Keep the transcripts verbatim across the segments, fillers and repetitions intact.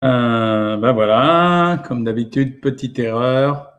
Euh, ben voilà, comme d'habitude, petite erreur.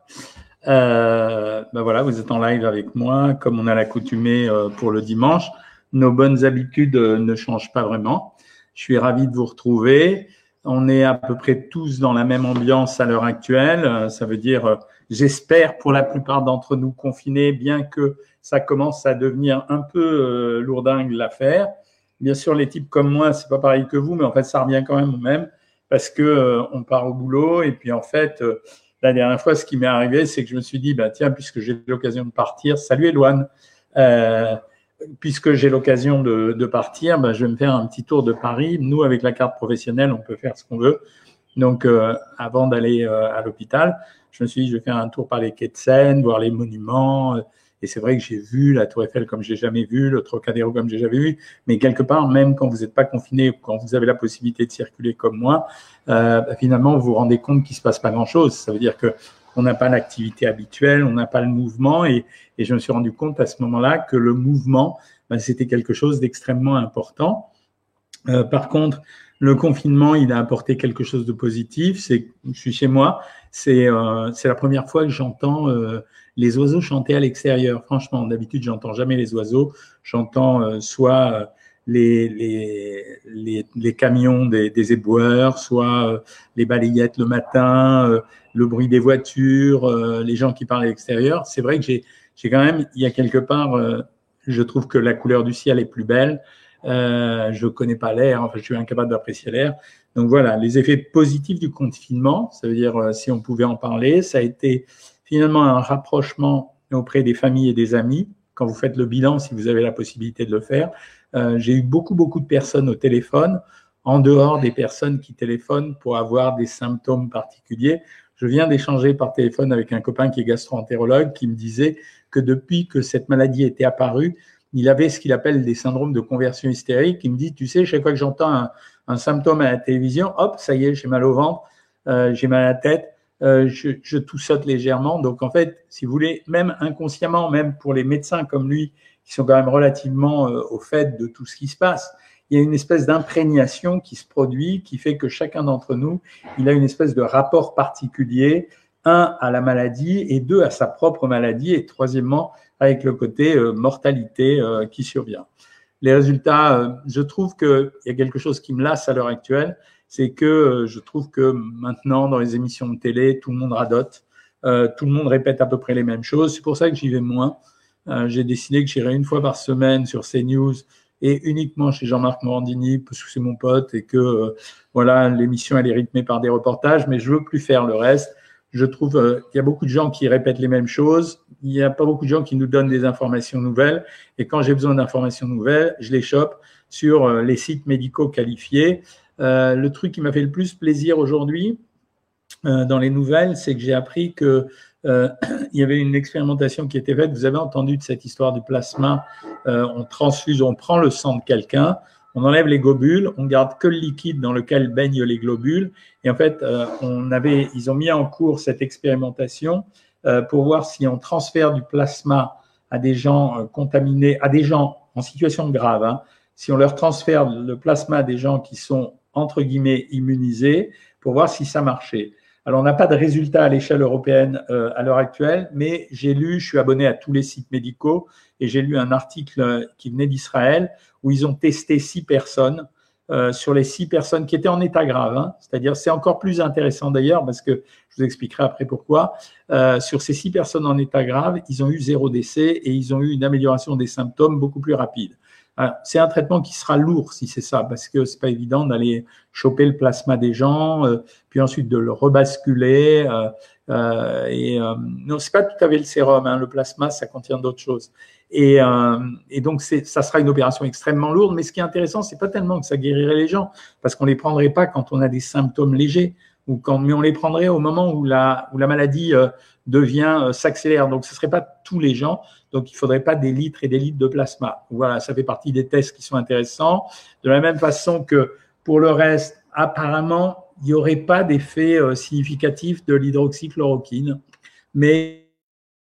Euh, ben voilà, vous êtes en live avec moi, comme on a l'accoutumée euh, pour le dimanche. Nos bonnes habitudes euh, ne changent pas vraiment. Je suis ravi de vous retrouver. On est à peu près tous dans la même ambiance à l'heure actuelle. Euh, ça veut dire, euh, j'espère pour la plupart d'entre nous confinés, bien que ça commence à devenir un peu euh, lourdingue l'affaire. Bien sûr, les types comme moi, c'est pas pareil que vous, mais en fait, ça revient quand même au même parce que euh, on part au boulot et puis en fait, euh, la dernière fois, ce qui m'est arrivé, c'est que je me suis dit, bah tiens, puisque j'ai l'occasion de partir, salut Éloane, euh, puisque j'ai l'occasion de, de partir, bah, je vais me faire un petit tour de Paris. Nous, avec la carte professionnelle, on peut faire ce qu'on veut. Donc, euh, avant d'aller euh, à l'hôpital, je me suis dit, je vais faire un tour par les quais de Seine, voir les monuments. Et c'est vrai que j'ai vu la Tour Eiffel comme j'ai jamais vu, le Trocadéro comme j'ai jamais vu. Mais quelque part, même quand vous n'êtes pas confiné, quand vous avez la possibilité de circuler comme moi, euh, finalement, vous vous rendez compte qu'il se passe pas grand-chose. Ça veut dire que on n'a pas l'activité habituelle, on n'a pas le mouvement. Et, et je me suis rendu compte à ce moment-là que le mouvement, ben, c'était quelque chose d'extrêmement important. Euh, par contre, le confinement, il a apporté quelque chose de positif. C'est, je suis chez moi, c'est euh, c'est la première fois que j'entends euh, les oiseaux chanter à l'extérieur. Franchement, d'habitude, j'entends jamais les oiseaux. J'entends euh, soit euh, les, les, les, les camions des, des éboueurs, soit euh, les balayettes le matin, euh, le bruit des voitures, euh, les gens qui parlent à l'extérieur. C'est vrai que j'ai j'ai quand même, il y a quelque part, euh, je trouve que la couleur du ciel est plus belle. Euh, je ne connais pas l'air, enfin, je suis incapable d'apprécier l'air. Donc voilà, les effets positifs du confinement, ça veut dire euh, si on pouvait en parler, ça a été finalement un rapprochement auprès des familles et des amis. Quand vous faites le bilan, si vous avez la possibilité de le faire, euh, j'ai eu beaucoup, beaucoup de personnes au téléphone, en dehors des personnes qui téléphonent pour avoir des symptômes particuliers. Je viens d'échanger par téléphone avec un copain qui est gastro-entérologue qui me disait que depuis que cette maladie était apparue, il avait ce qu'il appelle des syndromes de conversion hystérique. Il me dit, tu sais, chaque fois que j'entends un, un symptôme à la télévision, hop, ça y est, j'ai mal au ventre, euh, j'ai mal à la tête, euh, je, je toussote légèrement. Donc, en fait, si vous voulez, même inconsciemment, même pour les médecins comme lui, qui sont quand même relativement euh, au fait de tout ce qui se passe, il y a une espèce d'imprégnation qui se produit, qui fait que chacun d'entre nous, il a une espèce de rapport particulier, un, à la maladie, et deux, à sa propre maladie, et troisièmement, avec le côté euh, mortalité euh, qui survient. Les résultats, euh, je trouve qu'il y a quelque chose qui me lasse à l'heure actuelle, c'est que euh, je trouve que maintenant, dans les émissions de télé, tout le monde radote, euh, tout le monde répète à peu près les mêmes choses. C'est pour ça que j'y vais moins. Euh, j'ai décidé que j'irai une fois par semaine sur CNews et uniquement chez Jean-Marc Morandini, parce que c'est mon pote et que euh, voilà, l'émission elle est rythmée par des reportages, mais je veux plus faire le reste. Je trouve euh, qu'il y a beaucoup de gens qui répètent les mêmes choses. Il n'y a pas beaucoup de gens qui nous donnent des informations nouvelles. Et quand j'ai besoin d'informations nouvelles, je les chope sur euh, les sites médicaux qualifiés. Euh, le truc qui m'a fait le plus plaisir aujourd'hui euh, dans les nouvelles, c'est que j'ai appris que euh, il y avait une expérimentation qui était faite. Vous avez entendu de cette histoire du plasma. Euh, on transfuse, on prend le sang de quelqu'un, on enlève les globules, on garde que le liquide dans lequel baignent les globules. Et en fait, euh, on avait, ils ont mis en cours cette expérimentation euh, pour voir si on transfère du plasma à des gens euh, contaminés, à des gens en situation grave, hein, si on leur transfère le plasma à des gens qui sont entre guillemets immunisés, pour voir si ça marchait. Alors, on n'a pas de résultats à l'échelle européenne euh, à l'heure actuelle, mais j'ai lu, je suis abonné à tous les sites médicaux, et j'ai lu un article qui venait d'Israël où ils ont testé six personnes euh, sur les six personnes qui étaient en état grave. Hein, c'est-à-dire, c'est encore plus intéressant d'ailleurs, parce que je vous expliquerai après pourquoi. Euh, sur ces six personnes en état grave, ils ont eu zéro décès et ils ont eu une amélioration des symptômes beaucoup plus rapide. C'est un traitement qui sera lourd si c'est ça, parce que c'est pas évident d'aller choper le plasma des gens, euh, puis ensuite de le rebasculer. Euh, euh, et euh, non, c'est pas tout à fait le sérum, hein, le plasma, ça contient d'autres choses. Et, euh, et donc, ça sera une opération extrêmement lourde. Mais ce qui est intéressant, c'est pas tellement que ça guérirait les gens, parce qu'on les prendrait pas quand on a des symptômes légers, ou quand, mais on les prendrait au moment où la, où la maladie euh, devient euh, s'accélère. Donc, ce serait pas tous les gens. Donc, il ne faudrait pas des litres et des litres de plasma. Voilà, ça fait partie des tests qui sont intéressants. De la même façon que pour le reste, apparemment, il n'y aurait pas d'effet euh, significatif de l'hydroxychloroquine. Mais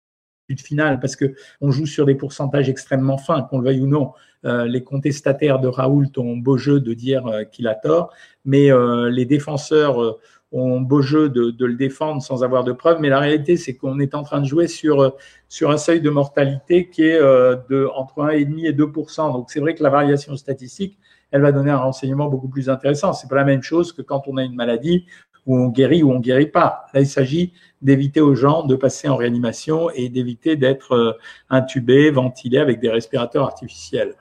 finale parce qu'on joue sur des pourcentages extrêmement fins, qu'on le veuille ou non. Euh, les contestataires de Raoult ont beau jeu de dire euh, qu'il a tort, mais euh, les défenseurs euh, ont beau jeu de, de le défendre sans avoir de preuves. Mais la réalité, c'est qu'on est en train de jouer sur, sur un seuil de mortalité qui est euh, de, entre un virgule cinq et deux pour cent. Donc, c'est vrai que la variation statistique, elle va donner un renseignement beaucoup plus intéressant. C'est pas la même chose que quand on a une maladie où on guérit ou on guérit pas. Là, il s'agit d'éviter aux gens de passer en réanimation et d'éviter d'être euh, intubés, ventilés avec des respirateurs artificiels.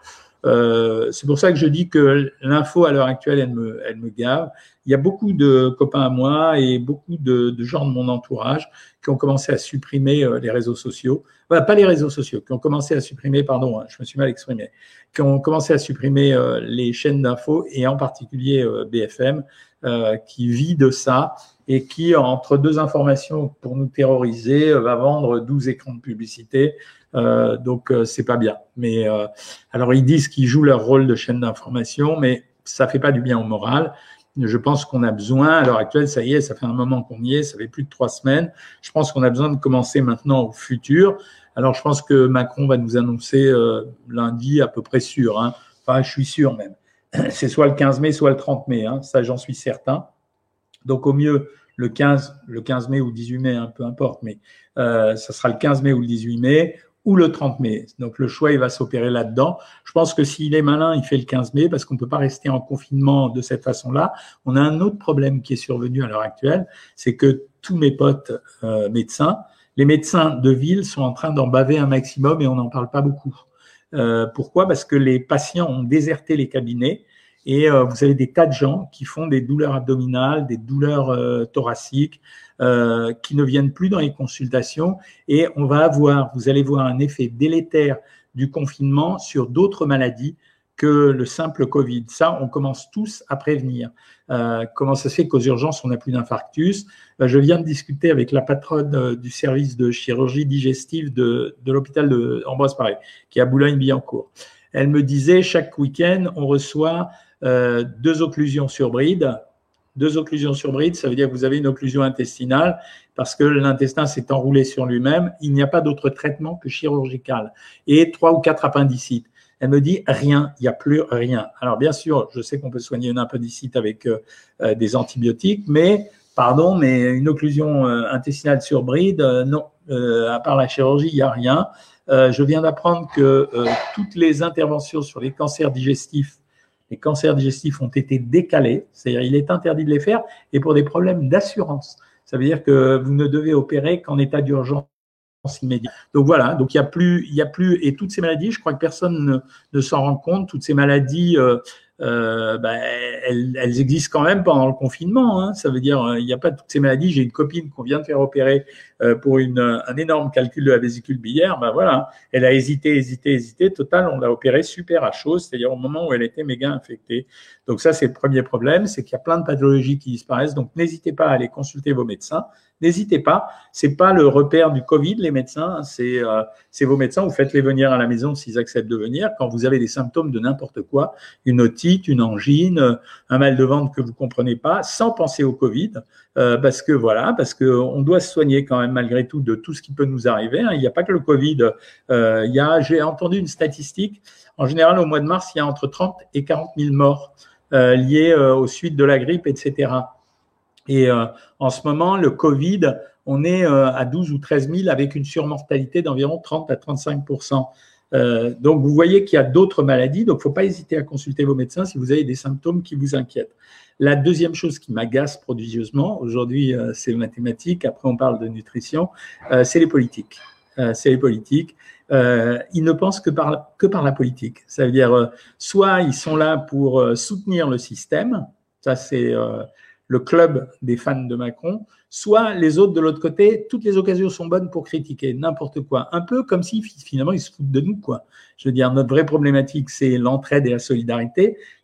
Euh, c'est pour ça que je dis que l'info à l'heure actuelle, elle me, elle me gave. Il y a beaucoup de copains à moi et beaucoup de, de gens de mon entourage qui ont commencé à supprimer euh, les réseaux sociaux. Voilà, pas les réseaux sociaux, qui ont commencé à supprimer, pardon, hein, je me suis mal exprimé, qui ont commencé à supprimer euh, les chaînes d'infos et en particulier euh, B F M, euh, qui vit de ça et qui, entre deux informations pour nous terroriser, va vendre douze écrans de publicité. Euh, donc, euh, c'est pas bien. Mais euh, alors, ils disent qu'ils jouent leur rôle de chaîne d'information, mais ça fait pas du bien au moral. Je pense qu'on a besoin, à l'heure actuelle, ça y est, ça fait un moment qu'on y est, ça fait plus de trois semaines. Je pense qu'on a besoin de commencer maintenant au futur. Alors, je pense que Macron va nous annoncer euh, lundi à peu près sûr. Hein. Enfin, je suis sûr même. C'est soit le quinze mai, soit le trente mai. Hein. Ça, j'en suis certain. Donc, au mieux, le quinze, le quinze mai ou le dix-huit mai, hein, peu importe, mais euh, ça sera le quinze mai ou le dix-huit mai ou le trente mai. Donc, le choix, il va s'opérer là-dedans. Je pense que s'il est malin, il fait le quinze mai parce qu'on ne peut pas rester en confinement de cette façon-là. On a un autre problème qui est survenu à l'heure actuelle, c'est que tous mes potes euh, médecins, les médecins de ville sont en train d'en baver un maximum et on n'en parle pas beaucoup. Euh, pourquoi ? Parce que les patients ont déserté les cabinets et euh, vous avez des tas de gens qui font des douleurs abdominales, des douleurs euh, thoraciques, euh, qui ne viennent plus dans les consultations et on va avoir, vous allez voir un effet délétère du confinement sur d'autres maladies que le simple Covid. Ça, on commence tous à prévenir. Euh, comment ça se fait qu'aux urgences, on n'a plus d'infarctus ? euh, Je viens de discuter avec la patronne euh, du service de chirurgie digestive de, de l'hôpital de Ambroise Paré, qui est à Boulogne-Billancourt. Elle me disait, chaque week-end, on reçoit euh, deux occlusions sur bride. Deux occlusions sur bride, ça veut dire que vous avez une occlusion intestinale parce que l'intestin s'est enroulé sur lui-même. Il n'y a pas d'autre traitement que chirurgical. Et trois ou quatre appendicites. Elle me dit rien, il n'y a plus rien. Alors bien sûr, je sais qu'on peut soigner une appendicite avec euh, des antibiotiques, mais pardon, mais une occlusion euh, intestinale sur bride, euh, non, euh, à part la chirurgie, il n'y a rien. Euh, je viens d'apprendre que euh, toutes les interventions sur les cancers digestifs, les cancers digestifs ont été décalés, c'est-à-dire il est interdit de les faire, et pour des problèmes d'assurance. Ça veut dire que vous ne devez opérer qu'en état d'urgence immédiat. Donc voilà, donc il y a plus, il y a plus, et toutes ces maladies, je crois que personne ne, ne s'en rend compte. Toutes ces maladies, euh, euh, ben, elles, elles existent quand même pendant le confinement. Hein. Ça veut dire, euh, il n'y a pas toutes ces maladies. J'ai une copine qu'on vient de faire opérer euh, pour une, un énorme calcul de la vésicule biliaire. Ben voilà, elle a hésité, hésité, hésité. Total, on l'a opérée super à chaud, c'est-à-dire au moment où elle était méga infectée. Donc ça, c'est le premier problème, c'est qu'il y a plein de pathologies qui disparaissent. Donc n'hésitez pas à aller consulter vos médecins. N'hésitez pas, c'est pas le repère du Covid, les médecins, c'est euh, c'est vos médecins, vous faites-les venir à la maison s'ils acceptent de venir. Quand vous avez des symptômes de n'importe quoi, une otite, une angine, un mal de ventre que vous comprenez pas, sans penser au Covid, euh, parce que voilà, parce que on doit se soigner quand même malgré tout de tout ce qui peut nous arriver. Hein. Il n'y a pas que le Covid. Euh, il y a, j'ai entendu une statistique. En général, au mois de mars, il y a entre trente et quarante mille morts euh, liés euh, aux suites de la grippe, et cetera. Et euh, en ce moment, le Covid, on est euh, à douze ou treize mille avec une surmortalité d'environ trente à trente-cinq pour cent. Euh, donc, vous voyez qu'il y a d'autres maladies. Donc, il ne faut pas hésiter à consulter vos médecins si vous avez des symptômes qui vous inquiètent. La deuxième chose qui m'agace prodigieusement, aujourd'hui, euh, c'est mathématiques, après on parle de nutrition, euh, c'est les politiques. Euh, c'est les politiques. Euh, ils ne pensent que par, que par la politique. Ça veut dire, euh, soit ils sont là pour euh, soutenir le système, ça c'est... Euh, le club des fans de Macron, soit les autres de l'autre côté, toutes les occasions sont bonnes pour critiquer n'importe quoi. Un peu comme si finalement ils se foutent de nous, quoi. Je veux dire, notre vraie problématique, c'est l'entraide et la solidarité.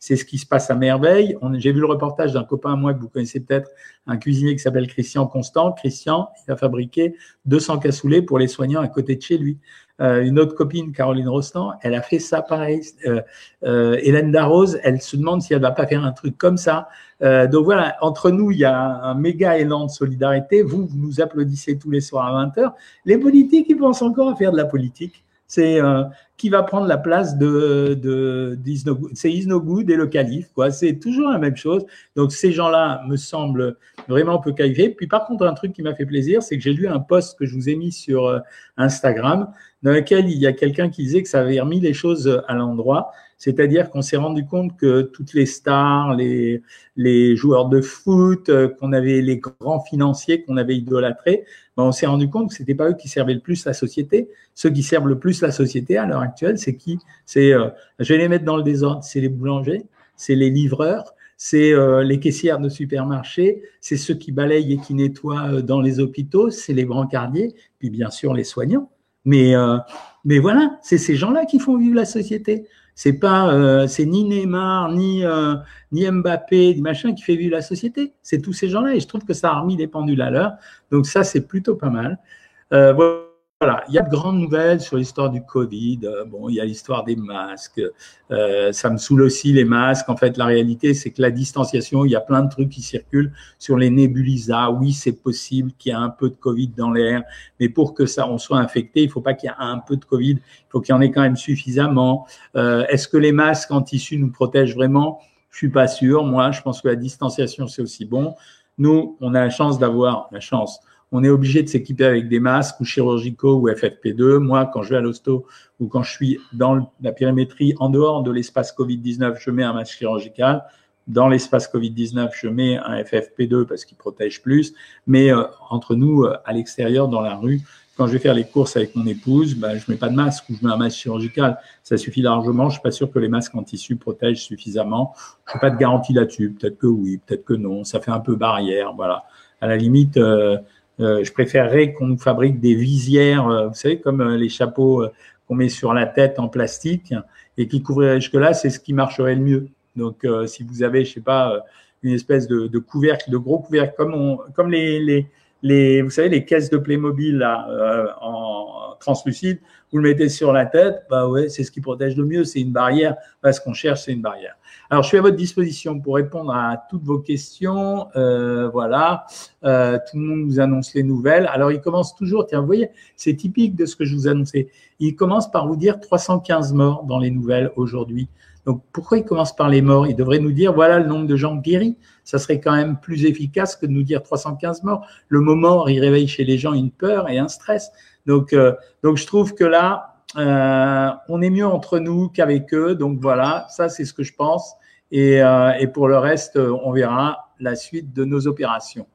c'est ce qui se passe à merveille. J'ai vu le reportage d'un copain à moi que vous connaissez peut-être, un cuisinier qui s'appelle Christian Constant. Christian, il a fabriqué deux cents cassoulets pour les soignants à côté de chez lui. Euh, une autre copine, Caroline Rostand, elle a fait ça pareil. Euh, euh, Hélène Darroze, elle se demande si elle va pas faire un truc comme ça. Euh, donc voilà, entre nous, il y a un méga élan de solidarité. Vous, vous nous applaudissez tous les soirs à vingt heures. Les politiques, ils pensent encore à faire de la politique. C'est euh, qui va prendre la place de, de, de c'est Isnogoud et le calife, quoi. C'est toujours la même chose. Donc ces gens-là me semblent vraiment peu qualifiés. Puis par contre, un truc qui m'a fait plaisir, c'est que j'ai lu un post que je vous ai mis sur euh, Instagram, dans lequel il y a quelqu'un qui disait que ça avait remis les choses à l'endroit. C'est-à-dire qu'on s'est rendu compte que toutes les stars, les, les joueurs de foot, qu'on avait les grands financiers qu'on avait idolâtrés, ben on s'est rendu compte que c'était pas eux qui servaient le plus la société. Ceux qui servent le plus la société à l'heure actuelle, c'est qui? C'est, euh, je vais les mettre dans le désordre, c'est les boulangers, c'est les livreurs, c'est euh, les caissières de supermarchés, c'est ceux qui balayent et qui nettoient dans les hôpitaux, c'est les brancardiers, puis bien sûr les soignants. Mais, euh, mais voilà, c'est ces gens-là qui font vivre la société. C'est pas, euh, c'est ni Neymar, ni euh, ni Mbappé, ni machin qui fait vivre la société. C'est tous ces gens-là, et je trouve que ça a remis les pendules à l'heure. Donc ça, c'est plutôt pas mal. Euh, voilà, il y a de grandes nouvelles sur l'histoire du Covid. Euh, bon, il y a l'histoire des masques. Euh, ça me saoule aussi les masques. En fait, la réalité, c'est que la distanciation, il y a plein de trucs qui circulent sur les nébulisas. Oui, c'est possible qu'il y ait un peu de Covid dans l'air, mais pour que ça, on soit infecté, il faut pas qu'il y ait un peu de Covid. Il faut qu'il y en ait quand même suffisamment. Euh, est-ce que les masques en tissu nous protègent vraiment? Je suis pas sûr. Moi, je pense que la distanciation, c'est aussi bon. Nous, on a la chance d'avoir la chance. On est obligé de s'équiper avec des masques ou chirurgicaux ou F F P deux. Moi, quand je vais à l'hosto ou quand je suis dans la périmétrie en dehors de l'espace Covid dix-neuf, je mets un masque chirurgical. Dans l'espace Covid dix-neuf, je mets un F F P deux parce qu'il protège plus. Mais euh, entre nous, euh, à l'extérieur, dans la rue, quand je vais faire les courses avec mon épouse, bah, je mets pas de masque ou je mets un masque chirurgical. Ça suffit largement. Je suis pas sûr que les masques en tissu protègent suffisamment. Je n'ai pas de garantie là-dessus. Peut-être que oui, peut-être que non. Ça fait un peu barrière. Voilà. À la limite, euh, Euh, je préférerais qu'on nous fabrique des visières, euh, vous savez, comme euh, les chapeaux euh, qu'on met sur la tête en plastique et qui couvriraient jusque-là, c'est ce qui marcherait le mieux. Donc, euh, si vous avez, je sais pas, euh, une espèce de, de couvercle, de gros couvercle, comme, on, comme les, les, les, vous savez, les caisses de Playmobil là, euh, en translucide, vous le mettez sur la tête, bah ouais, c'est ce qui protège le mieux, c'est une barrière. Bah, ce qu'on cherche, c'est une barrière. Alors, je suis à votre disposition pour répondre à toutes vos questions. Euh, voilà, euh, tout le monde nous annonce les nouvelles. Alors, il commence toujours, tiens, vous voyez, c'est typique de ce que je vous annonçais. Il commence par vous dire trois cent quinze morts dans les nouvelles aujourd'hui. Donc, pourquoi il commence par les morts? Il devrait nous dire, voilà le nombre de gens guéris. Ça serait quand même plus efficace que de nous dire trois cent quinze morts. Le mot mort, il réveille chez les gens une peur et un stress. Donc, euh, donc je trouve que là, Euh, on est mieux entre nous qu'avec eux, donc voilà, ça c'est ce que je pense. Et, euh, et pour le reste, on verra la suite de nos opérations.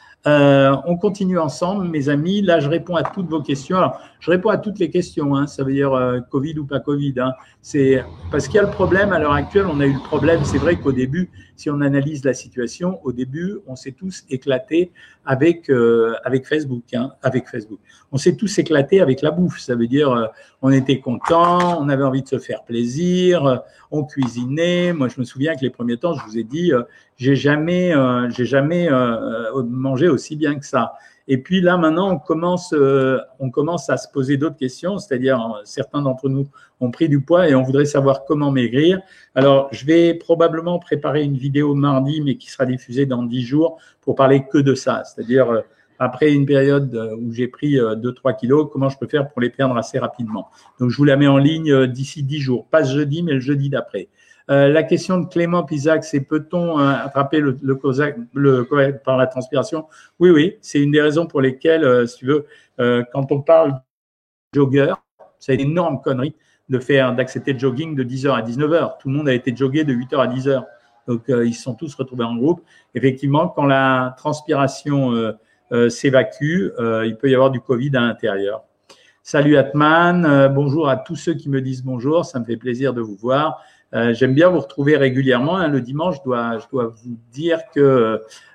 Euh, on continue ensemble, mes amis. Là, je réponds à toutes vos questions. Alors, je réponds à toutes les questions. Hein. Ça veut dire euh, Covid ou pas Covid. Hein. C'est parce qu'il y a le problème à l'heure actuelle. On a eu le problème. C'est vrai qu'au début, si on analyse la situation, au début, on s'est tous éclatés avec euh, avec Facebook. Hein, avec Facebook, on s'est tous éclatés avec la bouffe. Ça veut dire, euh, on était contents, on avait envie de se faire plaisir, euh, on cuisinait. Moi, je me souviens que les premiers temps, je vous ai dit, euh, j'ai jamais, euh, j'ai jamais euh, mangé aussi bien que ça. Et puis là, maintenant, on commence, euh, on commence à se poser d'autres questions, c'est-à-dire euh, certains d'entre nous ont pris du poids et on voudrait savoir comment maigrir. Alors, je vais probablement préparer une vidéo mardi, mais qui sera diffusée dans dix jours pour parler que de ça, c'est-à-dire euh, après une période où j'ai pris deux trois kilos, comment je peux faire pour les perdre assez rapidement. Donc, je vous la mets en ligne d'ici dix jours, pas ce jeudi, mais le jeudi d'après. Euh, la question de Clément Pisac, c'est peut-on euh, attraper le, le, le Covid par la transpiration? Oui, oui, c'est une des raisons pour lesquelles, euh, si tu veux, euh, quand on parle de jogger, c'est une énorme connerie de faire d'accepter le jogging de dix heures à dix-neuf heures. Tout le monde a été joggé de huit heures à dix heures. Donc, euh, ils se sont tous retrouvés en groupe. Effectivement, quand la transpiration euh, euh, s'évacue, euh, il peut y avoir du Covid à l'intérieur. Salut Atman, euh, bonjour à tous ceux qui me disent bonjour, ça me fait plaisir de vous voir. Euh, j'aime bien vous retrouver régulièrement. Hein. Le dimanche, je dois, je dois vous dire que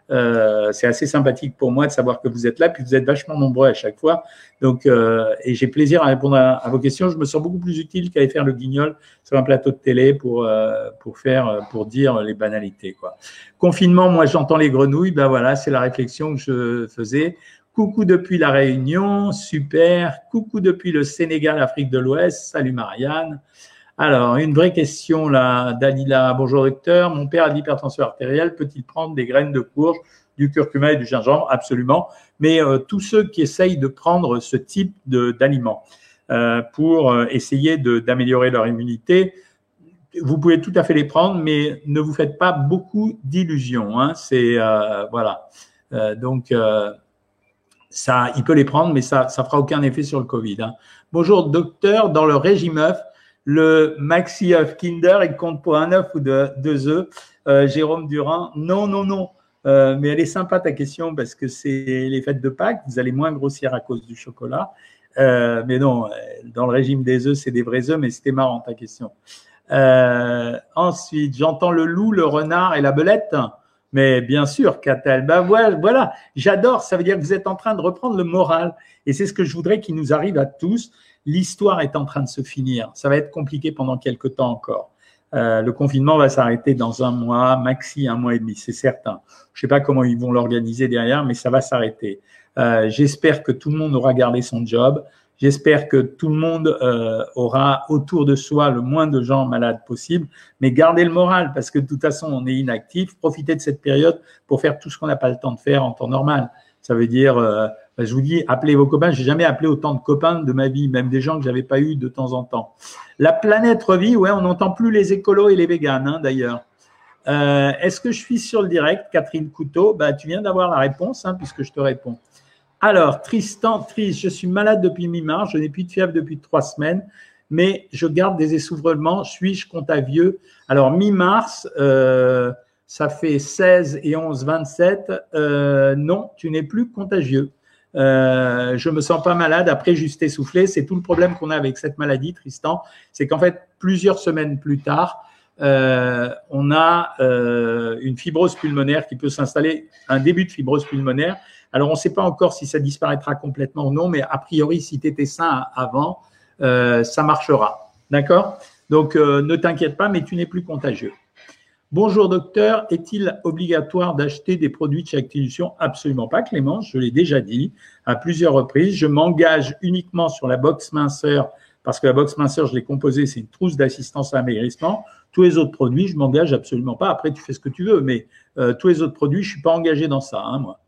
Euh, c'est assez sympathique pour moi de savoir que vous êtes là, puis vous êtes vachement nombreux à chaque fois. Donc, euh, et j'ai plaisir à répondre à, à vos questions. Je me sens beaucoup plus utile qu'aller faire le guignol sur un plateau de télé pour euh, pour faire pour dire les banalités, quoi. Confinement, moi j'entends les grenouilles. Ben voilà, c'est la réflexion que je faisais. Coucou depuis la Réunion, super. Coucou depuis le Sénégal, Afrique de l'Ouest. Salut Marianne. Alors, une vraie question là, Dalila. Bonjour docteur, mon père a de l'hypertension artérielle, peut-il prendre des graines de courge, du curcuma et du gingembre? Absolument. Mais euh, tous ceux qui essayent de prendre ce type d'aliments euh, pour euh, essayer d'améliorer leur immunité, vous pouvez tout à fait les prendre, mais ne vous faites pas beaucoup d'illusions. Hein. C'est euh, voilà. Euh, donc euh, ça, il peut les prendre, mais ça, ça fera aucun effet sur le Covid. Hein. Bonjour docteur, dans le régime œuf, le Maxi œuf Kinder, il compte pour un œuf ou de, deux œufs. Euh, Jérôme Durand, non, non, non. Euh, mais elle est sympa ta question parce que c'est les fêtes de Pâques, vous allez moins grossir à cause du chocolat. Euh, mais non, dans le régime des œufs, c'est des vrais œufs, mais c'était marrant ta question. Euh, ensuite, j'entends le loup, le renard et la belette. Mais bien sûr, Catel, ben voilà, voilà. J'adore, ça veut dire que vous êtes en train de reprendre le moral. Et c'est ce que je voudrais qu'il nous arrive à tous. L'histoire est en train de se finir. Ça va être compliqué pendant quelques temps encore. Euh, le confinement va s'arrêter dans un mois, maxi un mois et demi, c'est certain. Je ne sais pas comment ils vont l'organiser derrière, mais ça va s'arrêter. Euh, J'espère que tout le monde aura gardé son job. J'espère que tout le monde euh, aura autour de soi le moins de gens malades possible. Mais gardez le moral parce que de toute façon, on est inactif. Profitez de cette période pour faire tout ce qu'on n'a pas le temps de faire en temps normal. Ça veut dire... Euh, je vous dis, appelez vos copains. J'ai jamais appelé autant de copains de ma vie, même des gens que j'avais pas eu de temps en temps. La planète revit, ouais, on n'entend plus les écolos et les véganes, hein, d'ailleurs. Euh, Est-ce que je suis sur le direct, Catherine Couteau? Bah, tu viens d'avoir la réponse, hein, puisque je te réponds. Alors, Tristan, triste, je suis malade depuis mi-mars, je n'ai plus de fièvre depuis trois semaines, mais je garde des essoufflements. Suis-je contagieux? Alors, mi-mars, euh, ça fait seize et onze, vingt-sept. Euh, non, tu n'es plus contagieux. Euh, je me sens pas malade après juste essoufflé. C'est tout le problème qu'on a avec cette maladie, Tristan. C'est qu'en fait, plusieurs semaines plus tard, euh, on a euh, une fibrose pulmonaire qui peut s'installer, un début de fibrose pulmonaire. Alors, on ne sait pas encore si ça disparaîtra complètement ou non, mais a priori, si tu étais sain avant, euh, ça marchera. D'accord? Donc, euh, ne t'inquiète pas, mais tu n'es plus contagieux. Bonjour docteur, est-il obligatoire d'acheter des produits de chez Actilution? Absolument pas, Clémence, je l'ai déjà dit à plusieurs reprises. Je m'engage uniquement sur la box minceur parce que la box minceur, je l'ai composée, c'est une trousse d'assistance à l'amaigrissement. Tous les autres produits, je m'engage absolument pas. Après, tu fais ce que tu veux, mais euh, tous les autres produits, je suis pas engagé dans ça, hein, moi.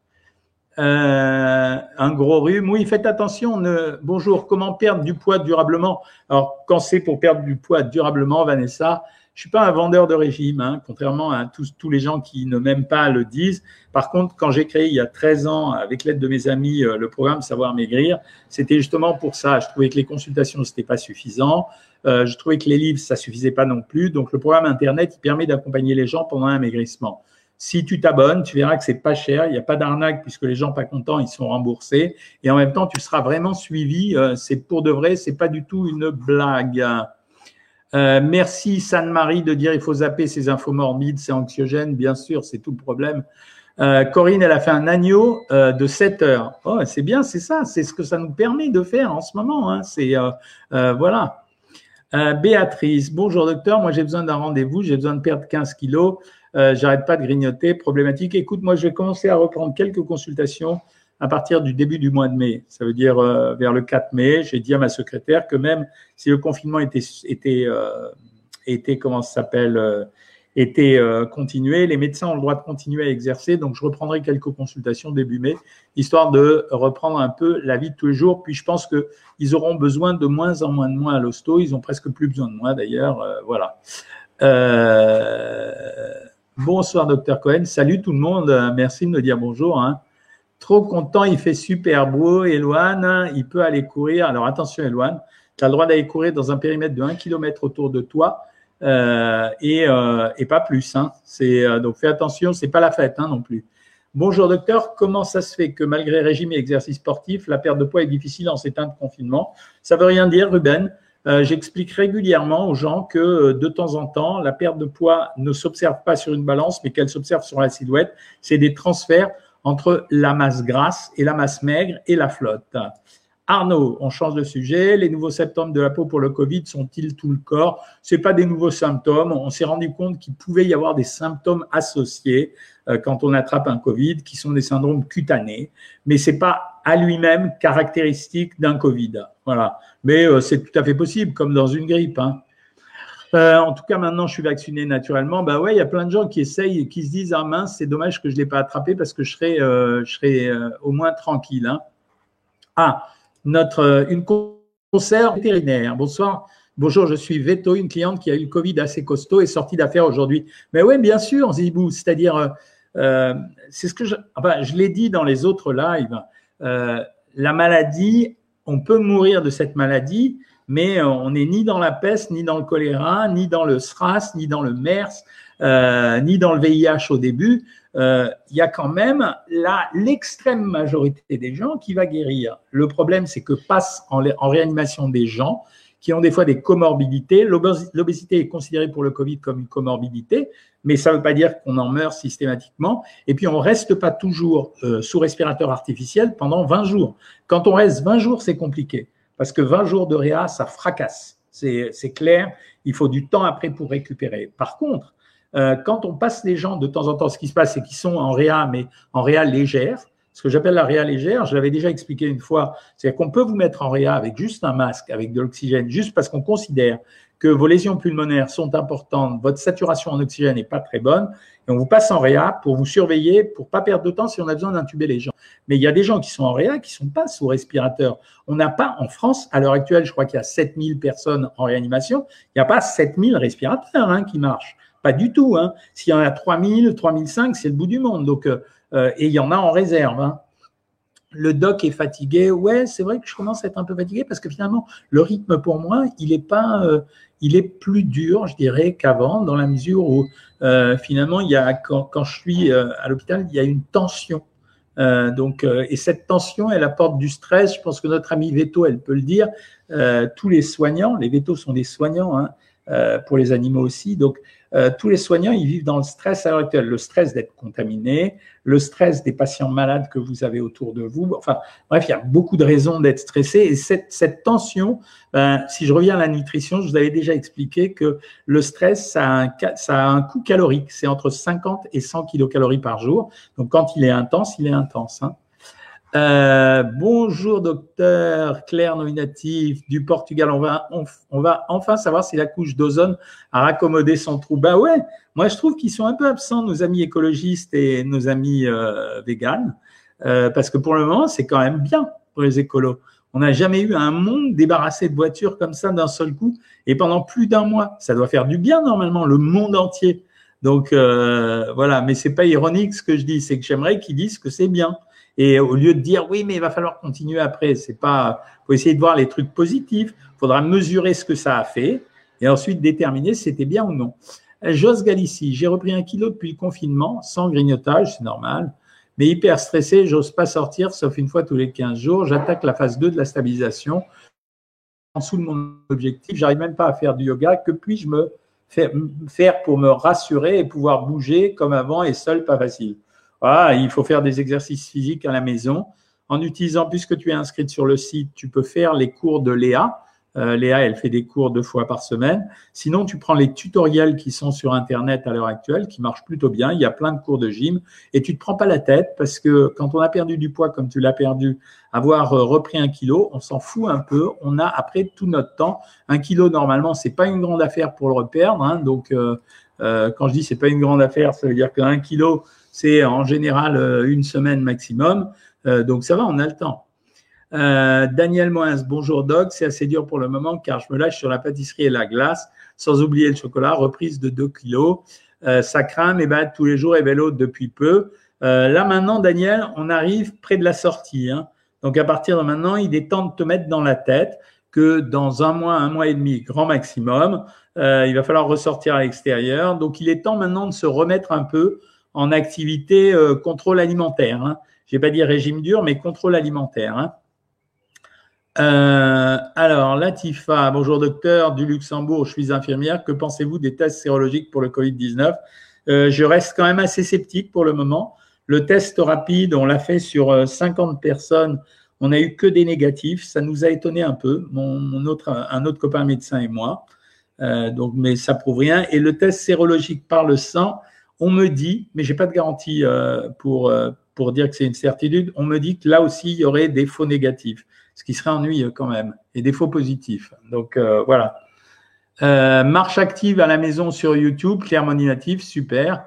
Euh, un gros rhume, oui, faites attention. Ne... Bonjour, comment perdre du poids durablement? Alors, quand c'est pour perdre du poids durablement, Vanessa, je suis pas un vendeur de régime, hein, contrairement à tous, tous les gens qui ne m'aiment pas le disent. Par contre, quand j'ai créé il y a treize ans, avec l'aide de mes amis, le programme Savoir Maigrir, c'était justement pour ça. Je trouvais que les consultations, c'était pas suffisant. Euh, je trouvais que les livres, ça suffisait pas non plus. Donc, le programme Internet, il permet d'accompagner les gens pendant un maigrissement. Si tu t'abonnes, tu verras que c'est pas cher. Il n'y a pas d'arnaque puisque les gens pas contents, ils sont remboursés. Et en même temps, tu seras vraiment suivi. Euh, c'est pour de vrai, c'est pas du tout une blague. Euh, merci Sanne-Marie de dire il faut zapper ces infos morbides, c'est anxiogène, bien sûr, c'est tout le problème. Euh, Corinne, elle a fait un agneau euh, de sept heures. Oh, c'est bien, c'est ça, c'est ce que ça nous permet de faire en ce moment. Hein. C'est euh, euh, voilà. Euh, Béatrice, bonjour docteur, moi j'ai besoin d'un rendez-vous, j'ai besoin de perdre quinze kilos, euh, j'arrête pas de grignoter, problématique. Écoute, moi je vais commencer à reprendre quelques consultations à partir du début du mois de mai, ça veut dire euh, vers le quatre mai. J'ai dit à ma secrétaire que même si le confinement était, était, euh, était comment ça s'appelle, euh, était euh, continué, les médecins ont le droit de continuer à exercer, donc je reprendrai quelques consultations début mai, histoire de reprendre un peu la vie de tous les jours. Puis je pense qu'ils auront besoin de moins en moins de moi à l'hosto, ils ont presque plus besoin de moi d'ailleurs, euh, voilà. Euh, bonsoir docteur Cohen, salut tout le monde, merci de me dire bonjour, hein. Trop content, il fait super beau. Éloane, il peut aller courir. Alors attention, Éloane, tu as le droit d'aller courir dans un périmètre de un kilomètre autour de toi euh, et, euh, et pas plus. Hein. Euh, donc fais attention, c'est pas la fête hein, non plus. Bonjour docteur, comment ça se fait que malgré régime et exercice sportif, la perte de poids est difficile en ces temps de confinement? Ça veut rien dire, Ruben. Euh, J'explique régulièrement aux gens que euh, de temps en temps, la perte de poids ne s'observe pas sur une balance, mais qu'elle s'observe sur la silhouette. C'est des transferts entre la masse grasse et la masse maigre et la flotte. Arnaud, on change de sujet. Les nouveaux symptômes de la peau pour le Covid sont-ils tout le corps? Ce n'est pas des nouveaux symptômes. On s'est rendu compte qu'il pouvait y avoir des symptômes associés euh, quand on attrape un Covid, qui sont des syndromes cutanés, mais ce n'est pas à lui-même caractéristique d'un Covid. Voilà. Mais euh, c'est tout à fait possible, comme dans une grippe. Hein. Euh, en tout cas, maintenant, je suis vacciné naturellement. Ben ouais, il y a plein de gens qui essayent, qui se disent ah mince, c'est dommage que je ne l'ai pas attrapé parce que je serai, euh, je serai euh, au moins tranquille. Hein. Ah. Notre, une conseillère vétérinaire. Bonsoir. Bonjour, je suis Veto, une cliente qui a eu le Covid assez costaud et sortie d'affaires aujourd'hui. Mais oui, bien sûr, Zibou, c'est-à-dire, euh, c'est ce que je, enfin, je l'ai dit dans les autres lives, euh, la maladie, on peut mourir de cette maladie, mais on n'est ni dans la peste, ni dans le choléra, ni dans le SRAS, ni dans le MERS, euh, ni dans le V I H au début. Euh, il y a quand même l'extrême majorité des gens qui va guérir. Le problème, c'est que passent en, en réanimation des gens qui ont des fois des comorbidités. L'obésité est considérée pour le Covid comme une comorbidité, mais ça ne veut pas dire qu'on en meurt systématiquement. Et puis, on ne reste pas toujours euh, sous respirateur artificiel pendant vingt jours. Quand on reste vingt jours, c'est compliqué, parce que vingt jours de réa, ça fracasse. C'est clair, il faut du temps après pour récupérer. Par contre, Euh, quand on passe les gens, de temps en temps, ce qui se passe, c'est qu'ils sont en réa, mais en réa légère. Ce que j'appelle la réa légère, je l'avais déjà expliqué une fois, c'est qu'on peut vous mettre en réa avec juste un masque, avec de l'oxygène, juste parce qu'on considère que vos lésions pulmonaires sont importantes, votre saturation en oxygène n'est pas très bonne, et on vous passe en réa pour vous surveiller, pour pas perdre de temps si on a besoin d'intuber les gens. Mais il y a des gens qui sont en réa qui sont pas sous respirateur. On n'a pas, en France, à l'heure actuelle, je crois qu'il y a sept mille personnes en réanimation, il n'y a pas sept mille respirateurs hein, qui marchent. Pas du tout. Hein. S'il y en a trois mille, trois mille cinq, c'est le bout du monde. Donc, euh, et il y en a en réserve. Hein. Le doc est fatigué. Ouais, c'est vrai que je commence à être un peu fatigué parce que finalement, le rythme pour moi, il est pas, euh, il est plus dur, je dirais, qu'avant, dans la mesure où euh, finalement, il y a quand, quand je suis euh, à l'hôpital, il y a une tension. Euh, donc, euh, et cette tension, elle apporte du stress. Je pense que notre ami Veto, elle peut le dire. Euh, tous les soignants, les Veto sont des soignants. Hein, euh, pour les animaux aussi. Donc, euh, tous les soignants, ils vivent dans le stress à l'heure actuelle. Le stress d'être contaminé, le stress des patients malades que vous avez autour de vous. Enfin, bref, il y a beaucoup de raisons d'être stressé. Et cette, cette tension, ben, si je reviens à la nutrition, je vous avais déjà expliqué que le stress, ça a un, ça a un coût calorique. C'est entre cinquante et cent kilocalories par jour. Donc, quand il est intense, il est intense. Hein. Euh, bonjour docteur Claire nominatif du Portugal, on va, on, on va enfin savoir si la couche d'ozone a raccommodé son trou. Ben ouais, moi je trouve qu'ils sont un peu absents, nos amis écologistes et nos amis euh, véganes, euh, parce que pour le moment c'est quand même bien pour les écolos. On n'a jamais eu un monde débarrassé de voitures comme ça d'un seul coup et pendant plus d'un mois. Ça doit faire du bien normalement, le monde entier. Donc euh, voilà, mais c'est pas ironique ce que je dis, c'est que j'aimerais qu'ils disent que c'est bien. Et au lieu de dire oui, mais il va falloir continuer après, c'est pas. Faut essayer de voir les trucs positifs. Il faudra mesurer ce que ça a fait et ensuite déterminer si c'était bien ou non. Jos Galici, j'ai repris un kilo depuis le confinement, sans grignotage, c'est normal, mais hyper stressé, j'ose pas sortir, sauf une fois tous les quinze jours. J'attaque la phase deux de la stabilisation. En dessous de mon objectif, j'arrive même pas à faire du yoga. Que puis-je me faire pour me rassurer et pouvoir bouger comme avant et seul, pas facile. Voilà, il faut faire des exercices physiques à la maison. En utilisant, puisque tu es inscrite sur le site, tu peux faire les cours de Léa. Euh, Léa, elle fait des cours deux fois par semaine. Sinon, tu prends les tutoriels qui sont sur Internet à l'heure actuelle, qui marchent plutôt bien. Il y a plein de cours de gym et tu te prends pas la tête parce que quand on a perdu du poids comme tu l'as perdu, avoir repris un kilo, on s'en fout un peu. On a après tout notre temps. Un kilo, normalement, c'est pas une grande affaire pour le reperdre. Hein. Donc, euh, euh, quand je dis c'est pas une grande affaire, ça veut dire qu'un kilo, c'est en général une semaine maximum. Euh, donc, ça va, on a le temps. Euh, Daniel Moins, bonjour Doc, c'est assez dur pour le moment car je me lâche sur la pâtisserie et la glace, sans oublier le chocolat, reprise de deux kilos. Euh, ça craint, mais ben, tous les jours et vélo depuis peu. Euh, là maintenant, Daniel, on arrive près de la sortie. Hein. Donc, à partir de maintenant, il est temps de te mettre dans la tête que dans un mois, un mois et demi, grand maximum, euh, il va falloir ressortir à l'extérieur. Donc, il est temps maintenant de se remettre un peu en activité euh, contrôle alimentaire. Hein. Je ne vais pas dire régime dur, mais contrôle alimentaire. Hein. Euh, alors, Latifa, bonjour docteur du Luxembourg, je suis infirmière. Que pensez-vous des tests sérologiques pour le Covid dix-neuf? euh, Je reste quand même assez sceptique pour le moment. Le test rapide, on l'a fait sur cinquante personnes, on n'a eu que des négatifs. Ça nous a étonné un peu, mon, mon autre, un autre copain médecin et moi. Euh, donc, mais ça prouve rien. Et le test sérologique par le sang, on me dit, mais j'ai pas de garantie euh, pour, euh, pour dire que c'est une certitude, on me dit que là aussi, il y aurait des faux négatifs, ce qui serait ennuyeux quand même, et des faux positifs. Donc, euh, voilà. Euh, marche active à la maison sur YouTube, clairement natif, super.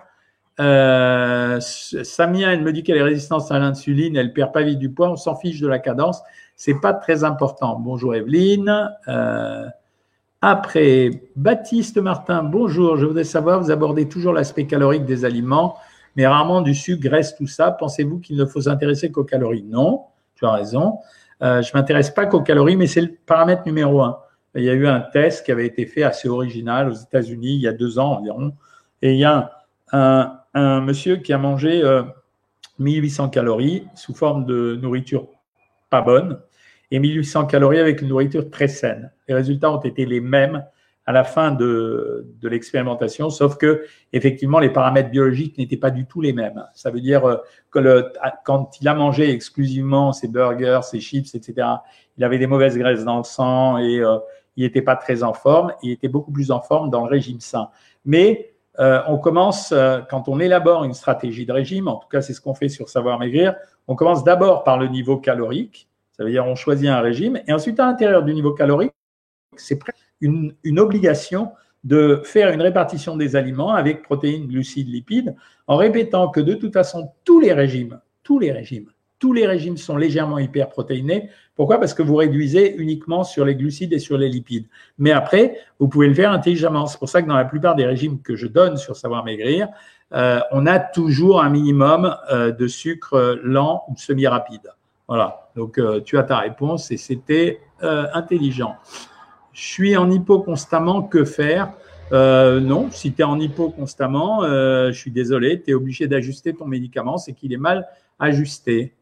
Euh, Samia, elle me dit qu'elle est résistante à l'insuline, elle perd pas vite du poids, on s'en fiche de la cadence, c'est pas très important. Bonjour Evelyne. Euh, après, Baptiste Martin, bonjour, je voudrais savoir, vous abordez toujours l'aspect calorique des aliments, mais rarement du sucre, graisse, tout ça. Pensez-vous qu'il ne faut s'intéresser qu'aux calories? Non, tu as raison. Euh, je ne m'intéresse pas qu'aux calories, mais c'est le paramètre numéro un. Il y a eu un test qui avait été fait assez original aux États-Unis il y a deux ans environ, et il y a un, un, un monsieur qui a mangé euh, mille huit cents calories sous forme de nourriture pas bonne, et mille huit cents calories avec une nourriture très saine. Les résultats ont été les mêmes à la fin de, de l'expérimentation, sauf que effectivement les paramètres biologiques n'étaient pas du tout les mêmes. Ça veut dire que le, quand il a mangé exclusivement ses burgers, ses chips, et cetera, il avait des mauvaises graisses dans le sang et euh, il n'était pas très en forme. Il était beaucoup plus en forme dans le régime sain. Mais euh, on commence, euh, quand on élabore une stratégie de régime, en tout cas c'est ce qu'on fait sur Savoir Maigrir, on commence d'abord par le niveau calorique. Ça veut dire on choisit un régime et ensuite à l'intérieur du niveau calorique, c'est une, une obligation de faire une répartition des aliments avec protéines, glucides, lipides, en répétant que de toute façon tous les régimes, tous les régimes, tous les régimes sont légèrement hyperprotéinés. Pourquoi? Parce que vous réduisez uniquement sur les glucides et sur les lipides. Mais après, vous pouvez le faire intelligemment. C'est pour ça que dans la plupart des régimes que je donne sur Savoir Maigrir, euh, on a toujours un minimum euh, de sucre lent ou semi-rapide. Voilà, donc euh, tu as ta réponse et c'était euh, intelligent. Je suis en hypo constamment, que faire? euh, Non, si tu es en hypo constamment, euh, je suis désolé, tu es obligé d'ajuster ton médicament, c'est qu'il est mal ajusté.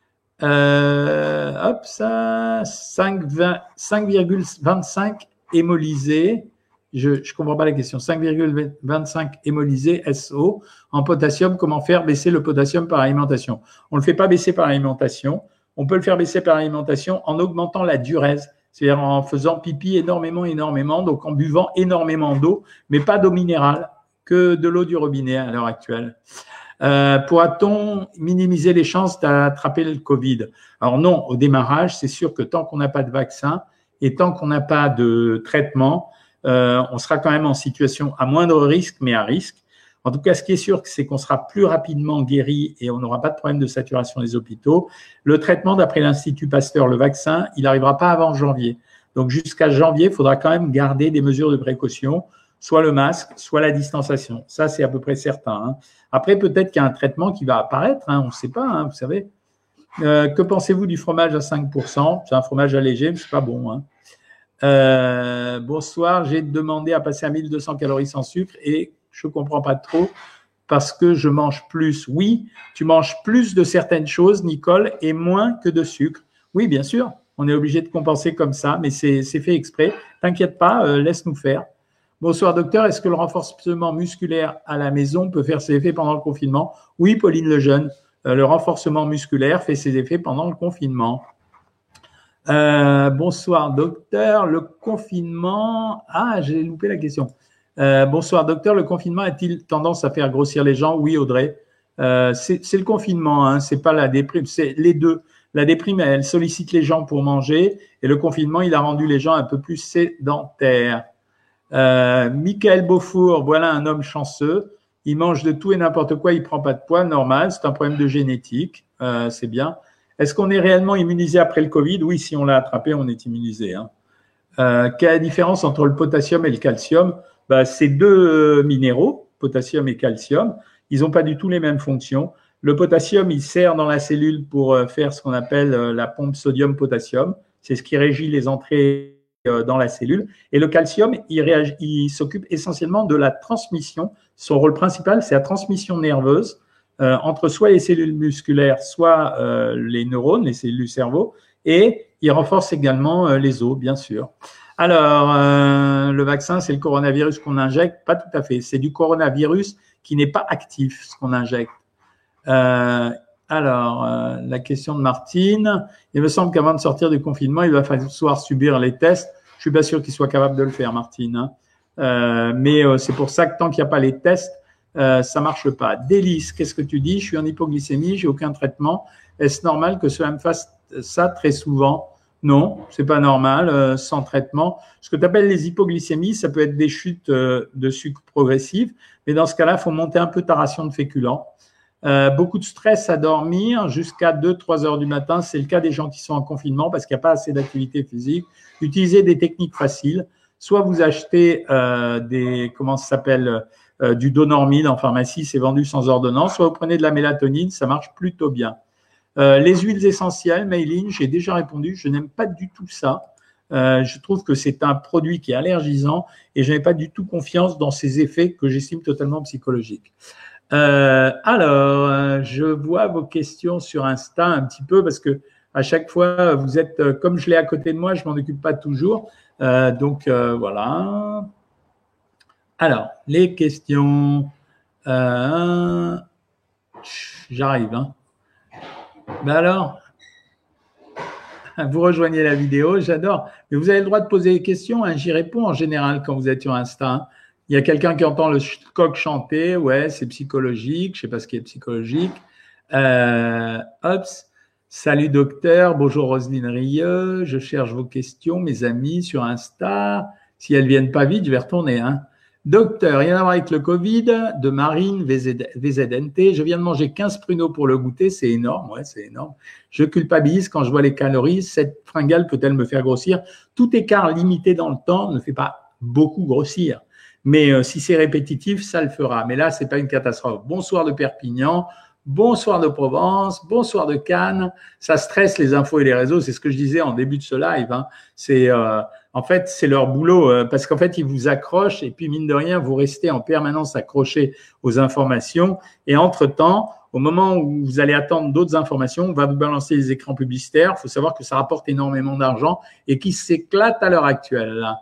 Euh, hop, ça, cinq virgule vingt-cinq hémolysé, je ne comprends pas la question, cinq virgule vingt-cinq hémolysé S O en potassium, comment faire baisser le potassium par alimentation? On ne le fait pas baisser par alimentation, on peut le faire baisser par alimentation en augmentant la diurèse, c'est-à-dire en faisant pipi énormément, énormément, donc en buvant énormément d'eau, mais pas d'eau minérale, que de l'eau du robinet à l'heure actuelle. Euh, pourra-t-on minimiser les chances d'attraper le Covid? Alors non, au démarrage, c'est sûr que tant qu'on n'a pas de vaccin et tant qu'on n'a pas de traitement, euh, on sera quand même en situation à moindre risque, mais à risque. En tout cas, ce qui est sûr, c'est qu'on sera plus rapidement guéri et on n'aura pas de problème de saturation des hôpitaux. Le traitement, d'après l'Institut Pasteur, le vaccin, il n'arrivera pas avant janvier. Donc jusqu'à janvier, il faudra quand même garder des mesures de précaution, soit le masque, soit la distanciation. Ça, c'est à peu près certain. Hein. Après, peut-être qu'il y a un traitement qui va apparaître, hein, on ne sait pas, hein, vous savez. Euh, que pensez-vous du fromage à cinq pour cent? C'est un fromage allégé, mais ce n'est pas bon. Hein. Euh, bonsoir, j'ai demandé à passer à mille deux cents calories sans sucre et je ne comprends pas trop parce que je mange plus. Oui, tu manges plus de certaines choses, Nicole, et moins que de sucre. Oui, bien sûr, on est obligé de compenser comme ça, mais c'est fait exprès. T'inquiète pas, euh, laisse-nous faire. Bonsoir docteur, est-ce que le renforcement musculaire à la maison peut faire ses effets pendant le confinement? Oui, Pauline Lejeune, euh, le renforcement musculaire fait ses effets pendant le confinement. Euh, bonsoir docteur, le confinement… Ah, j'ai loupé la question. Euh, bonsoir docteur, le confinement a-t-il tendance à faire grossir les gens? Oui, Audrey. Euh, c'est le confinement, hein, c'est pas la déprime, c'est les deux. La déprime, elle sollicite les gens pour manger et le confinement, il a rendu les gens un peu plus sédentaires. Euh, Michael Beaufour, voilà un homme chanceux. Il mange de tout et n'importe quoi, il prend pas de poids, normal, c'est un problème de génétique, euh, c'est bien. Est-ce qu'on est réellement immunisé après le Covid? Oui, si on l'a attrapé, on est immunisé. Hein. Euh, quelle est la différence entre le potassium et le calcium? Bah, c'est deux minéraux, potassium et calcium. Ils n'ont pas du tout les mêmes fonctions. Le potassium, il sert dans la cellule pour faire ce qu'on appelle la pompe sodium-potassium. C'est ce qui régit les entrées dans la cellule. Et le calcium, il, il s'occupe essentiellement de la transmission. Son rôle principal, c'est la transmission nerveuse euh, entre soit les cellules musculaires, soit euh, les neurones, les cellules du cerveau, et Il renforce également euh, les os, bien sûr. Alors, euh, le vaccin, c'est le coronavirus qu'on injecte? Pas tout à fait. C'est du coronavirus qui n'est pas actif, ce qu'on injecte. Euh, alors, euh, la question de Martine. Il me semble qu'avant de sortir du confinement, il va falloir subir les tests. Je suis pas sûr qu'il soit capable de le faire, Martine. Hein. Euh, mais euh, c'est pour ça que tant qu'il n'y a pas les tests, euh, ça marche pas. Délice, qu'est-ce que tu dis? Je suis en hypoglycémie, j'ai aucun traitement. Est-ce normal que cela me fasse ça très souvent? Non, c'est pas normal, euh, sans traitement. Ce que tu appelles les hypoglycémies, ça peut être des chutes euh, de sucre progressives, mais dans ce cas-là, il faut monter un peu ta ration de féculents. Euh, beaucoup de stress à dormir jusqu'à deux trois heures du matin. C'est le cas des gens qui sont en confinement parce qu'il n'y a pas assez d'activité physique. Utilisez des techniques faciles. Soit vous achetez euh, des, comment ça s'appelle, euh, du Donormil en pharmacie, c'est vendu sans ordonnance. Soit vous prenez de la mélatonine, ça marche plutôt bien. Euh, les huiles essentielles, Mayline, j'ai déjà répondu, je n'aime pas du tout ça. Euh, je trouve que c'est un produit qui est allergisant et je n'ai pas du tout confiance dans ses effets que j'estime totalement psychologiques. Euh, alors, euh, je vois vos questions sur Insta un petit peu parce que à chaque fois, vous êtes, euh, comme je l'ai à côté de moi, je m'en occupe pas toujours. Euh, donc, euh, voilà. Alors, les questions. Euh, J'arrive. Hein. Ben alors, vous rejoignez la vidéo, j'adore. Mais vous avez le droit de poser des questions, hein, j'y réponds en général quand vous êtes sur Insta. Hein. Il y a quelqu'un qui entend le coq chanter, ouais, c'est psychologique, je ne sais pas ce qui est psychologique. Euh, Hops, salut docteur, bonjour Roselyne Rieux, je cherche vos questions, mes amis, sur Insta. Si elles ne viennent pas vite, je vais retourner. Hein. Docteur, rien à voir avec le Covid, de Marine V Z N T. Je viens de manger quinze pruneaux pour le goûter, c'est énorme, ouais, c'est énorme. Je culpabilise quand je vois les calories. Cette fringale peut-elle me faire grossir? Tout écart limité dans le temps ne fait pas beaucoup grossir. Mais euh, si c'est répétitif, ça le fera. Mais là, c'est pas une catastrophe. Bonsoir de Perpignan, bonsoir de Provence, bonsoir de Cannes. Ça stresse les infos et les réseaux. C'est ce que je disais en début de ce live. Hein. C'est euh, En fait, c'est leur boulot euh, parce qu'en fait, ils vous accrochent et puis, mine de rien, vous restez en permanence accroché aux informations. Et entre-temps, au moment où vous allez attendre d'autres informations, on va vous balancer les écrans publicitaires. Il faut savoir que ça rapporte énormément d'argent et qui s'éclate à l'heure actuelle. Là.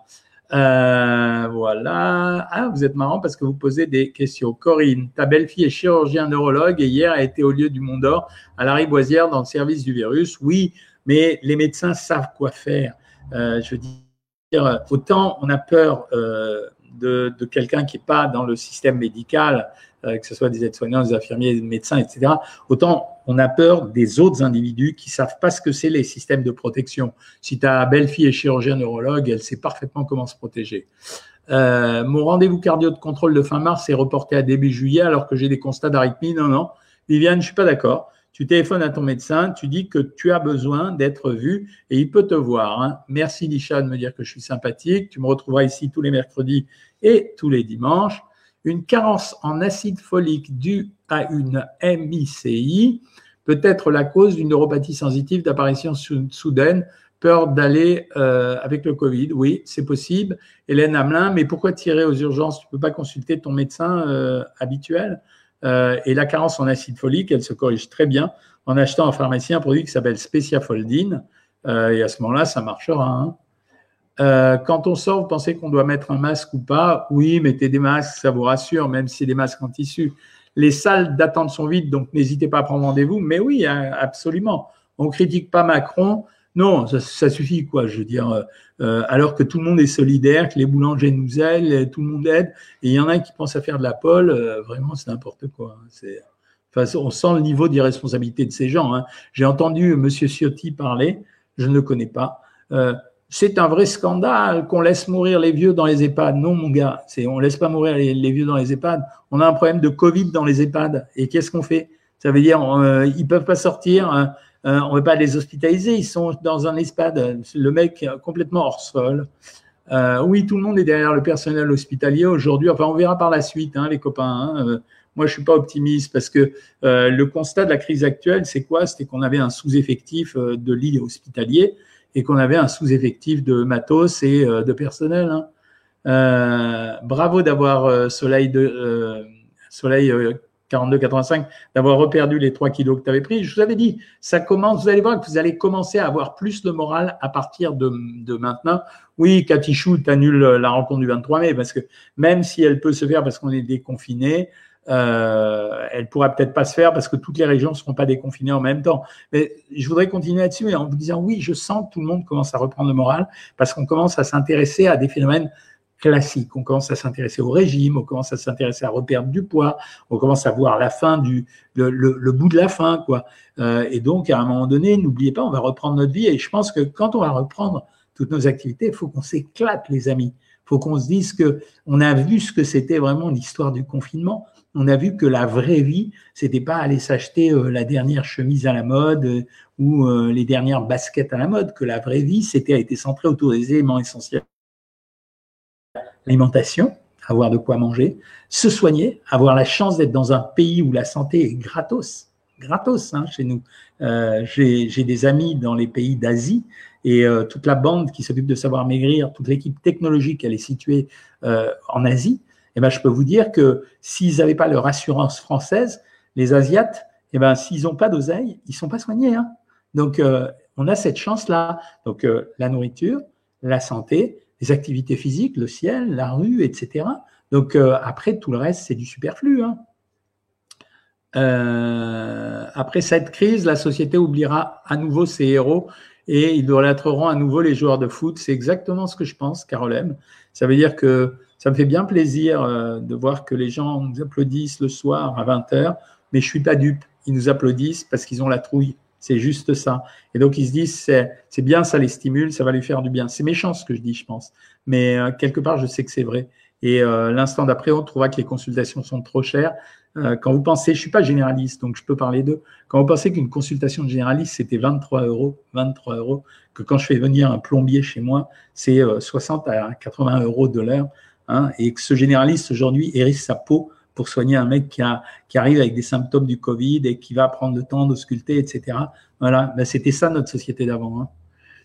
Euh, voilà. Ah, vous êtes marrant parce que vous posez des questions. Corinne, ta belle-fille est chirurgien neurologue et hier a été au lieu du Mont d'Or à la Riboisière dans le service du virus. Oui, mais les médecins savent quoi faire. Euh, je veux dire, autant on a peur euh, de, de quelqu'un qui n'est pas dans le système médical, euh, que ce soit des aides-soignants, des infirmiers, des médecins, et cetera. Autant on a peur des autres individus qui savent pas ce que c'est les systèmes de protection. Si ta belle-fille est chirurgien neurologue, elle sait parfaitement comment se protéger. Euh, mon rendez-vous cardio de contrôle de fin mars est reporté à début juillet alors que j'ai des constats d'arythmie. Non, non. Viviane, je suis pas d'accord. Tu téléphones à ton médecin, tu dis que tu as besoin d'être vu et il peut te voir. Hein. Merci Lisha de me dire que je suis sympathique. Tu me retrouveras ici tous les mercredis et tous les dimanches. Une carence en acide folique due à une M I C I peut être la cause d'une neuropathie sensitive d'apparition soudaine, peur d'aller euh, avec le Covid. Oui, c'est possible. Hélène Hamelin, mais pourquoi tirer aux urgences? Tu ne peux pas consulter ton médecin euh, habituel? Euh, et la carence en acide folique, elle se corrige très bien en achetant en pharmacie un produit qui s'appelle Speciafoldine. Euh, et à ce moment-là, ça marchera. Hein. Euh, quand on sort, vous pensez qu'on doit mettre un masque ou pas? Oui, mettez des masques, ça vous rassure, même si c'est des masques en tissu. Les salles d'attente sont vides, donc n'hésitez pas à prendre rendez-vous. Mais oui, hein, absolument. On critique pas Macron. Non, ça, ça suffit, quoi. Je veux dire, euh, alors que tout le monde est solidaire, que les boulangers nous aident, tout le monde aide, et il y en a qui pensent à faire de la pole. Euh, vraiment, c'est n'importe quoi. C'est, enfin, on sent le niveau d'irresponsabilité de ces gens. Hein. J'ai entendu Monsieur Ciotti parler. Je ne le connais pas. Euh, C'est un vrai scandale qu'on laisse mourir les vieux dans les EHPAD. Non, mon gars, c'est, on laisse pas mourir les, les vieux dans les EHPAD. On a un problème de Covid dans les EHPAD. Et qu'est-ce qu'on fait? Ça veut dire euh, ils peuvent pas sortir. Euh, euh, on ne veut pas les hospitaliser. Ils sont dans un EHPAD. Le mec complètement hors sol. Euh, oui, tout le monde est derrière le personnel hospitalier aujourd'hui. Enfin, on verra par la suite, hein, les copains. Hein. Euh, moi, je suis pas optimiste parce que euh, le constat de la crise actuelle, c'est quoi? C'était qu'on avait un sous-effectif euh, de lits hospitaliers et qu'on avait un sous-effectif de matos et euh, de personnel. Hein. Euh, bravo d'avoir euh, Soleil, de, euh, Soleil euh, quarante-deux, quatre-vingt-cinq, d'avoir reperdu les trois kilos que tu avais pris. Je vous avais dit, ça commence, vous allez voir que vous allez commencer à avoir plus de morale à partir de, de maintenant. Oui, Cathy Chou, tu annules la rencontre du vingt-trois mai, parce que même si elle peut se faire parce qu'on est déconfiné, euh, elle pourra peut-être pas se faire parce que toutes les régions ne seront pas déconfinées en même temps. Mais je voudrais continuer là-dessus en vous disant, oui, je sens que tout le monde commence à reprendre le moral parce qu'on commence à s'intéresser à des phénomènes classique. On commence à s'intéresser au régime, on commence à s'intéresser à reperdre du poids, on commence à voir la fin du, le, le, le bout de la fin, quoi. Euh, et donc, à un moment donné, n'oubliez pas, on va reprendre notre vie. Et je pense que quand on va reprendre toutes nos activités, il faut qu'on s'éclate, les amis. Il faut qu'on se dise que on a vu ce que c'était vraiment l'histoire du confinement. On a vu que la vraie vie, c'était pas aller s'acheter euh, la dernière chemise à la mode euh, ou euh, les dernières baskets à la mode. Que la vraie vie, c'était a été centrée autour des éléments essentiels. L'alimentation, avoir de quoi manger, se soigner, avoir la chance d'être dans un pays où la santé est gratos, gratos hein, chez nous. Euh, j'ai, j'ai des amis dans les pays d'Asie et euh, toute la bande qui s'occupe de Savoir Maigrir, toute l'équipe technologique, elle est située euh, en Asie. Et ben, je peux vous dire que s'ils n'avaient pas leur assurance française, les Asiates, et ben, s'ils n'ont pas d'oseille, ils ne sont pas soignés. Hein. Donc, euh, on a cette chance-là. Donc, euh, la nourriture, la santé, les activités physiques, le ciel, la rue, et cetera. Donc, euh, après, tout le reste, c'est du superflu. Hein. Euh, après cette crise, la société oubliera à nouveau ses héros et ils idolâtreront à nouveau les joueurs de foot. C'est exactement ce que je pense, Carole M. Ça veut dire que ça me fait bien plaisir euh, de voir que les gens nous applaudissent le soir à vingt heures, mais je suis pas dupe. Ils nous applaudissent parce qu'ils ont la trouille. C'est juste ça. Et donc, ils se disent, c'est, c'est bien, ça les stimule, ça va lui faire du bien. C'est méchant ce que je dis, je pense. Mais euh, quelque part, je sais que c'est vrai. Et euh, l'instant d'après, on trouvera que les consultations sont trop chères. Euh, quand vous pensez, je suis pas généraliste, donc je peux parler d'eux. Quand vous pensez qu'une consultation de généraliste, c'était vingt-trois euros, vingt-trois euros, que quand je fais venir un plombier chez moi, c'est euh, soixante à quatre-vingts euros de l'heure, hein, et que ce généraliste, aujourd'hui, hérisse sa peau pour soigner un mec qui, a, qui arrive avec des symptômes du Covid et qui va prendre le temps d'ausculter, et cetera. Voilà, ben, c'était ça notre société d'avant. Hein.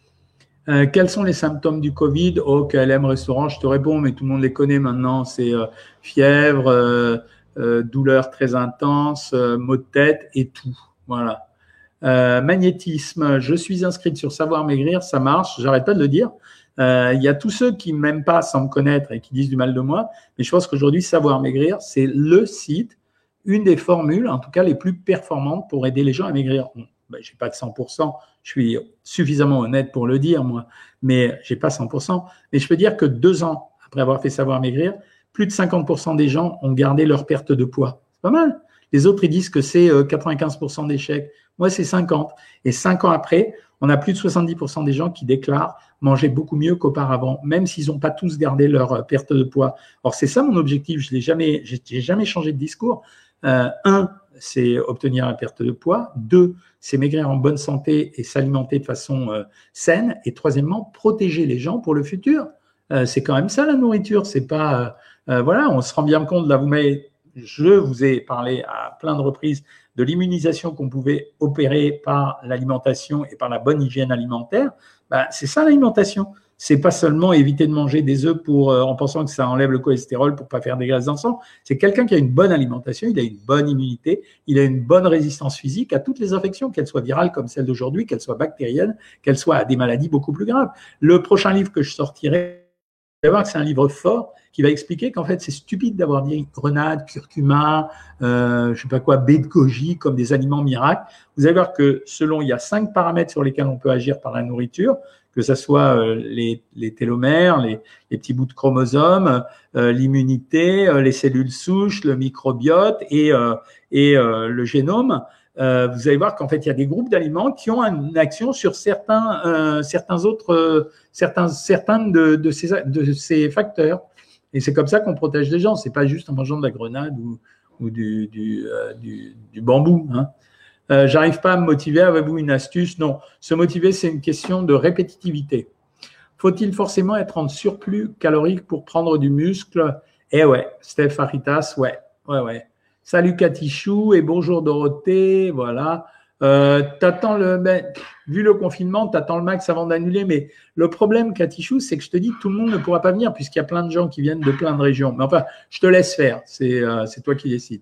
Euh, quels sont les symptômes du Covid? Oh, K L M restaurant, je te réponds, mais tout le monde les connaît maintenant. C'est euh, fièvre, euh, euh, douleur très intense, euh, maux de tête et tout. Voilà. Euh, magnétisme, je suis inscrite sur Savoir Maigrir, ça marche, j'arrête pas de le dire. Euh, il y a tous ceux qui ne m'aiment pas sans me connaître et qui disent du mal de moi, mais je pense qu'aujourd'hui, Savoir Maigrir, c'est le site, une des formules, en tout cas les plus performantes pour aider les gens à maigrir. Bon, ben, je n'ai pas de cent pour cent, je suis suffisamment honnête pour le dire, moi, mais je n'ai pas cent pour cent. Mais je peux dire que deux ans après avoir fait Savoir Maigrir, plus de cinquante pour cent des gens ont gardé leur perte de poids. C'est pas mal. Les autres, ils disent que c'est quatre-vingt-quinze pour cent d'échecs. Moi, c'est cinquante. Et cinq ans après, on a plus de soixante-dix pour cent des gens qui déclarent manger beaucoup mieux qu'auparavant, même s'ils n'ont pas tous gardé leur perte de poids. Or, c'est ça mon objectif. Je l'ai jamais, j'ai jamais changé de discours. Euh, un, c'est obtenir la perte de poids. Deux, c'est maigrir en bonne santé et s'alimenter de façon euh, saine. Et troisièmement, protéger les gens pour le futur. Euh, c'est quand même ça la nourriture. C'est pas, euh, euh, voilà, on se rend bien compte. Là, vous m'avez, je vous ai parlé à plein de reprises de l'immunisation qu'on pouvait opérer par l'alimentation et par la bonne hygiène alimentaire. Ben, c'est ça l'alimentation. C'est pas seulement éviter de manger des œufs pour, euh, en pensant que ça enlève le cholestérol pour pas faire des graisses dans le sang. C'est quelqu'un qui a une bonne alimentation, il a une bonne immunité, il a une bonne résistance physique à toutes les infections, qu'elles soient virales comme celle d'aujourd'hui, qu'elles soient bactériennes, qu'elles soient à des maladies beaucoup plus graves. Le prochain livre que je sortirai, vous allez voir que c'est un livre fort qui va expliquer qu'en fait, c'est stupide d'avoir dit grenade, curcuma, euh, je sais pas quoi, baie de goji comme des aliments miracles. Vous allez voir que selon, il y a cinq paramètres sur lesquels on peut agir par la nourriture, que ce soit euh, les, les télomères, les, les petits bouts de chromosomes, euh, l'immunité, euh, les cellules souches, le microbiote et, euh, et euh, le génome. Euh, vous allez voir qu'en fait, il y a des groupes d'aliments qui ont une action sur certains, euh, certains autres, euh, certains, certains de, de, ces, de ces facteurs. Et c'est comme ça qu'on protège les gens. C'est pas juste en mangeant de la grenade ou, ou du, du, euh, du, du bambou. Hein. Euh, j'arrive pas à me motiver. Avez-vous une astuce? Non. Se motiver, c'est une question de répétitivité. Faut-il forcément être en surplus calorique pour prendre du muscle? Eh ouais, Steph Aritas, ouais, ouais, ouais. Salut Cathy Chou et bonjour Dorothée, voilà. Euh, t'attends le, ben, vu le confinement, t'attends le max avant d'annuler, mais le problème, Cathy Chou, c'est que je te dis que tout le monde ne pourra pas venir puisqu'il y a plein de gens qui viennent de plein de régions. Mais enfin, je te laisse faire, c'est euh, c'est toi qui décides.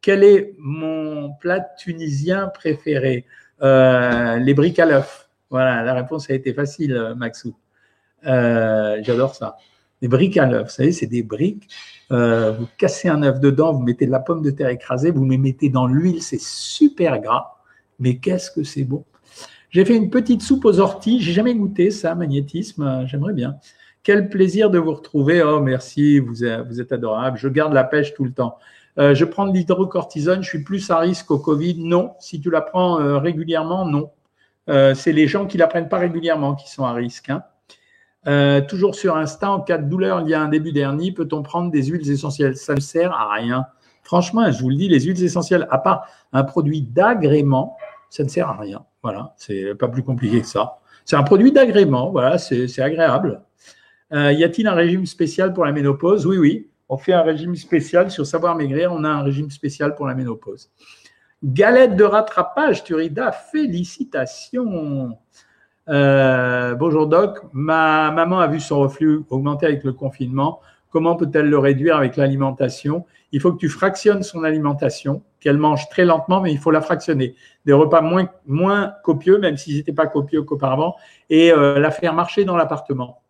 Quel est mon plat tunisien préféré? euh, Les briques à l'œuf. Voilà, la réponse a été facile, Maxou. Euh, J'adore ça. Les briques à l'œuf, vous savez, c'est des briques. Euh, vous cassez un œuf dedans, vous mettez de la pomme de terre écrasée, vous les mettez dans l'huile, c'est super gras. Mais qu'est-ce que c'est bon. J'ai fait une petite soupe aux orties. J'ai jamais goûté ça, magnétisme. J'aimerais bien. Quel plaisir de vous retrouver. Oh, merci, vous êtes, vous êtes adorable. Je garde la pêche tout le temps. Euh, je prends de l'hydrocortisone. Je suis plus à risque au Covid. Non. Si tu la prends euh, régulièrement, non. Euh, c'est les gens qui la prennent pas régulièrement qui sont à risque. Hein. Euh, toujours sur Insta, en cas de douleur liée à un début d'hernie, peut-on prendre des huiles essentielles? Ça ne sert à rien. Franchement, je vous le dis, les huiles essentielles, à part un produit d'agrément, ça ne sert à rien. Voilà, c'est pas plus compliqué que ça. C'est un produit d'agrément, voilà, c'est agréable. Euh, y a-t-il un régime spécial pour la ménopause? Oui, oui, on fait un régime spécial sur Savoir Maigrir, on a un régime spécial pour la ménopause. Galette de rattrapage, Turida, félicitations. Euh, bonjour Doc, ma maman a vu son reflux augmenter avec le confinement. Comment peut-elle le réduire avec l'alimentation? Il faut que tu fractionnes son alimentation, qu'elle mange très lentement, mais il faut la fractionner. Des repas moins, moins copieux, même s'ils n'étaient pas copieux qu'auparavant, et euh, la faire marcher dans l'appartement.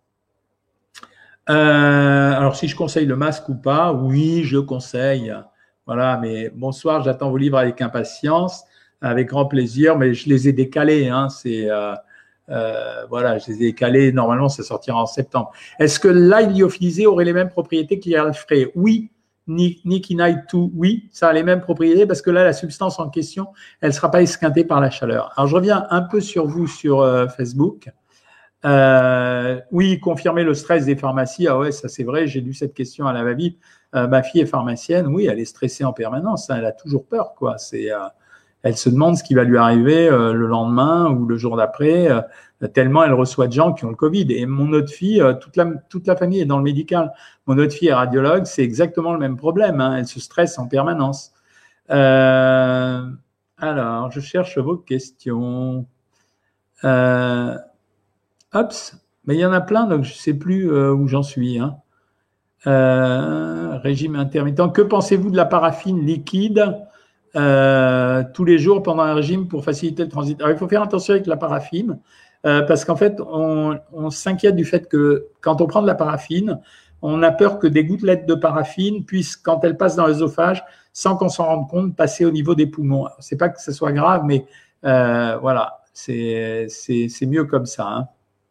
Euh, alors, si je conseille le masque ou pas, oui, je conseille. Voilà, mais bonsoir, j'attends vos livres avec impatience, avec grand plaisir, mais je les ai décalés. Hein, c'est, euh, euh, voilà, je les ai décalés. Normalement, ça sortira en septembre. Est-ce que l'ail lyophilisé aurait les mêmes propriétés qu'il y a le frais? Oui. Nicky Night deux, oui, ça a les mêmes propriétés parce que là, la substance en question, elle ne sera pas esquintée par la chaleur. Alors, je reviens un peu sur vous sur euh, Facebook. Euh, oui, confirmer le stress des pharmacies. Ah ouais, ça c'est vrai, j'ai lu cette question à la va-vite. Euh, ma fille est pharmacienne, oui, elle est stressée en permanence, hein, elle a toujours peur, quoi. C'est, euh, elle se demande ce qui va lui arriver euh, le lendemain ou le jour d'après, euh, tellement elle reçoit de gens qui ont le Covid. Et mon autre fille, euh, toute la, toute la famille est dans le médical. Mon autre fille est radiologue, c'est exactement le même problème, hein, elle se stresse en permanence. Euh, alors, je cherche vos questions. Euh, Hops, mais il y en a plein, donc je ne sais plus euh, où j'en suis. Hein. Euh, régime intermittent. Que pensez-vous de la paraffine liquide euh, tous les jours pendant un régime pour faciliter le transit? Alors, il faut faire attention avec la paraffine euh, parce qu'en fait, on, on s'inquiète du fait que quand on prend de la paraffine, on a peur que des gouttelettes de paraffine puissent, quand elles passent dans l'œsophage, sans qu'on s'en rende compte, passer au niveau des poumons. Ce n'est pas que ce soit grave, mais euh, voilà, c'est mieux comme ça. Hein.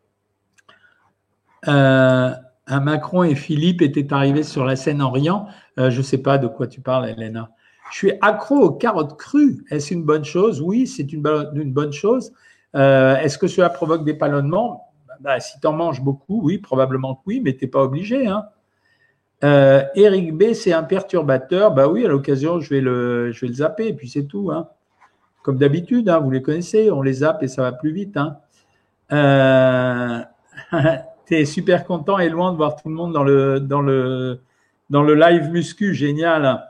Euh, un Macron et Philippe étaient arrivés sur la scène en riant. Euh, je ne sais pas de quoi tu parles, Elena. Je suis accro aux carottes crues. Est-ce une bonne chose? Oui, c'est une, une bonne chose. Euh, Est-ce que cela provoque des ballonnements? Bah, si tu en manges beaucoup, oui, probablement que oui, mais tu n'es pas obligé. Hein. Euh, Eric B, c'est un perturbateur. Bah oui, à l'occasion, je vais le, je vais le zapper, et puis c'est tout. Hein. Comme d'habitude, hein, vous les connaissez, on les zappe et ça va plus vite. Hein. Euh... Tu es super content et loin de voir tout le monde dans le, dans le, dans le live muscu. Génial.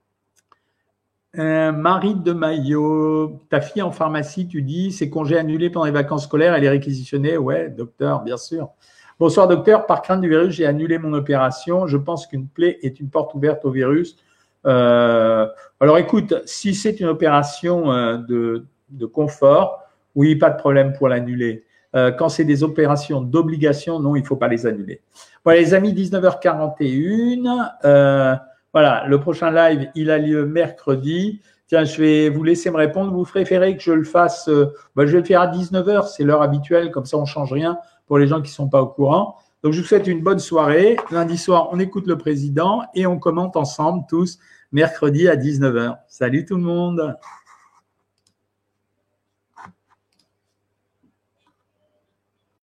Euh, Marie de Maillot, ta fille en pharmacie, tu dis, c'est congé annulé pendant les vacances scolaires, elle est réquisitionnée. Ouais, docteur, bien sûr. Bonsoir, docteur. Par crainte du virus, j'ai annulé mon opération. Je pense qu'une plaie est une porte ouverte au virus. Euh, alors, écoute, si c'est une opération euh, de, de confort, oui, pas de problème pour l'annuler. Euh, quand c'est des opérations d'obligation, non, il ne faut pas les annuler. Voilà, les amis, dix-neuf heures quarante et un. Euh, voilà, le prochain live, il a lieu mercredi. Tiens, je vais vous laisser me répondre. Vous préférez que je le fasse euh, ben, je vais le faire à dix-neuf heures, c'est l'heure habituelle, comme ça on ne change rien pour les gens qui ne sont pas au courant. Donc, je vous souhaite une bonne soirée. Lundi soir, on écoute le président et on commente ensemble tous mercredi à dix-neuf heures. Salut tout le monde.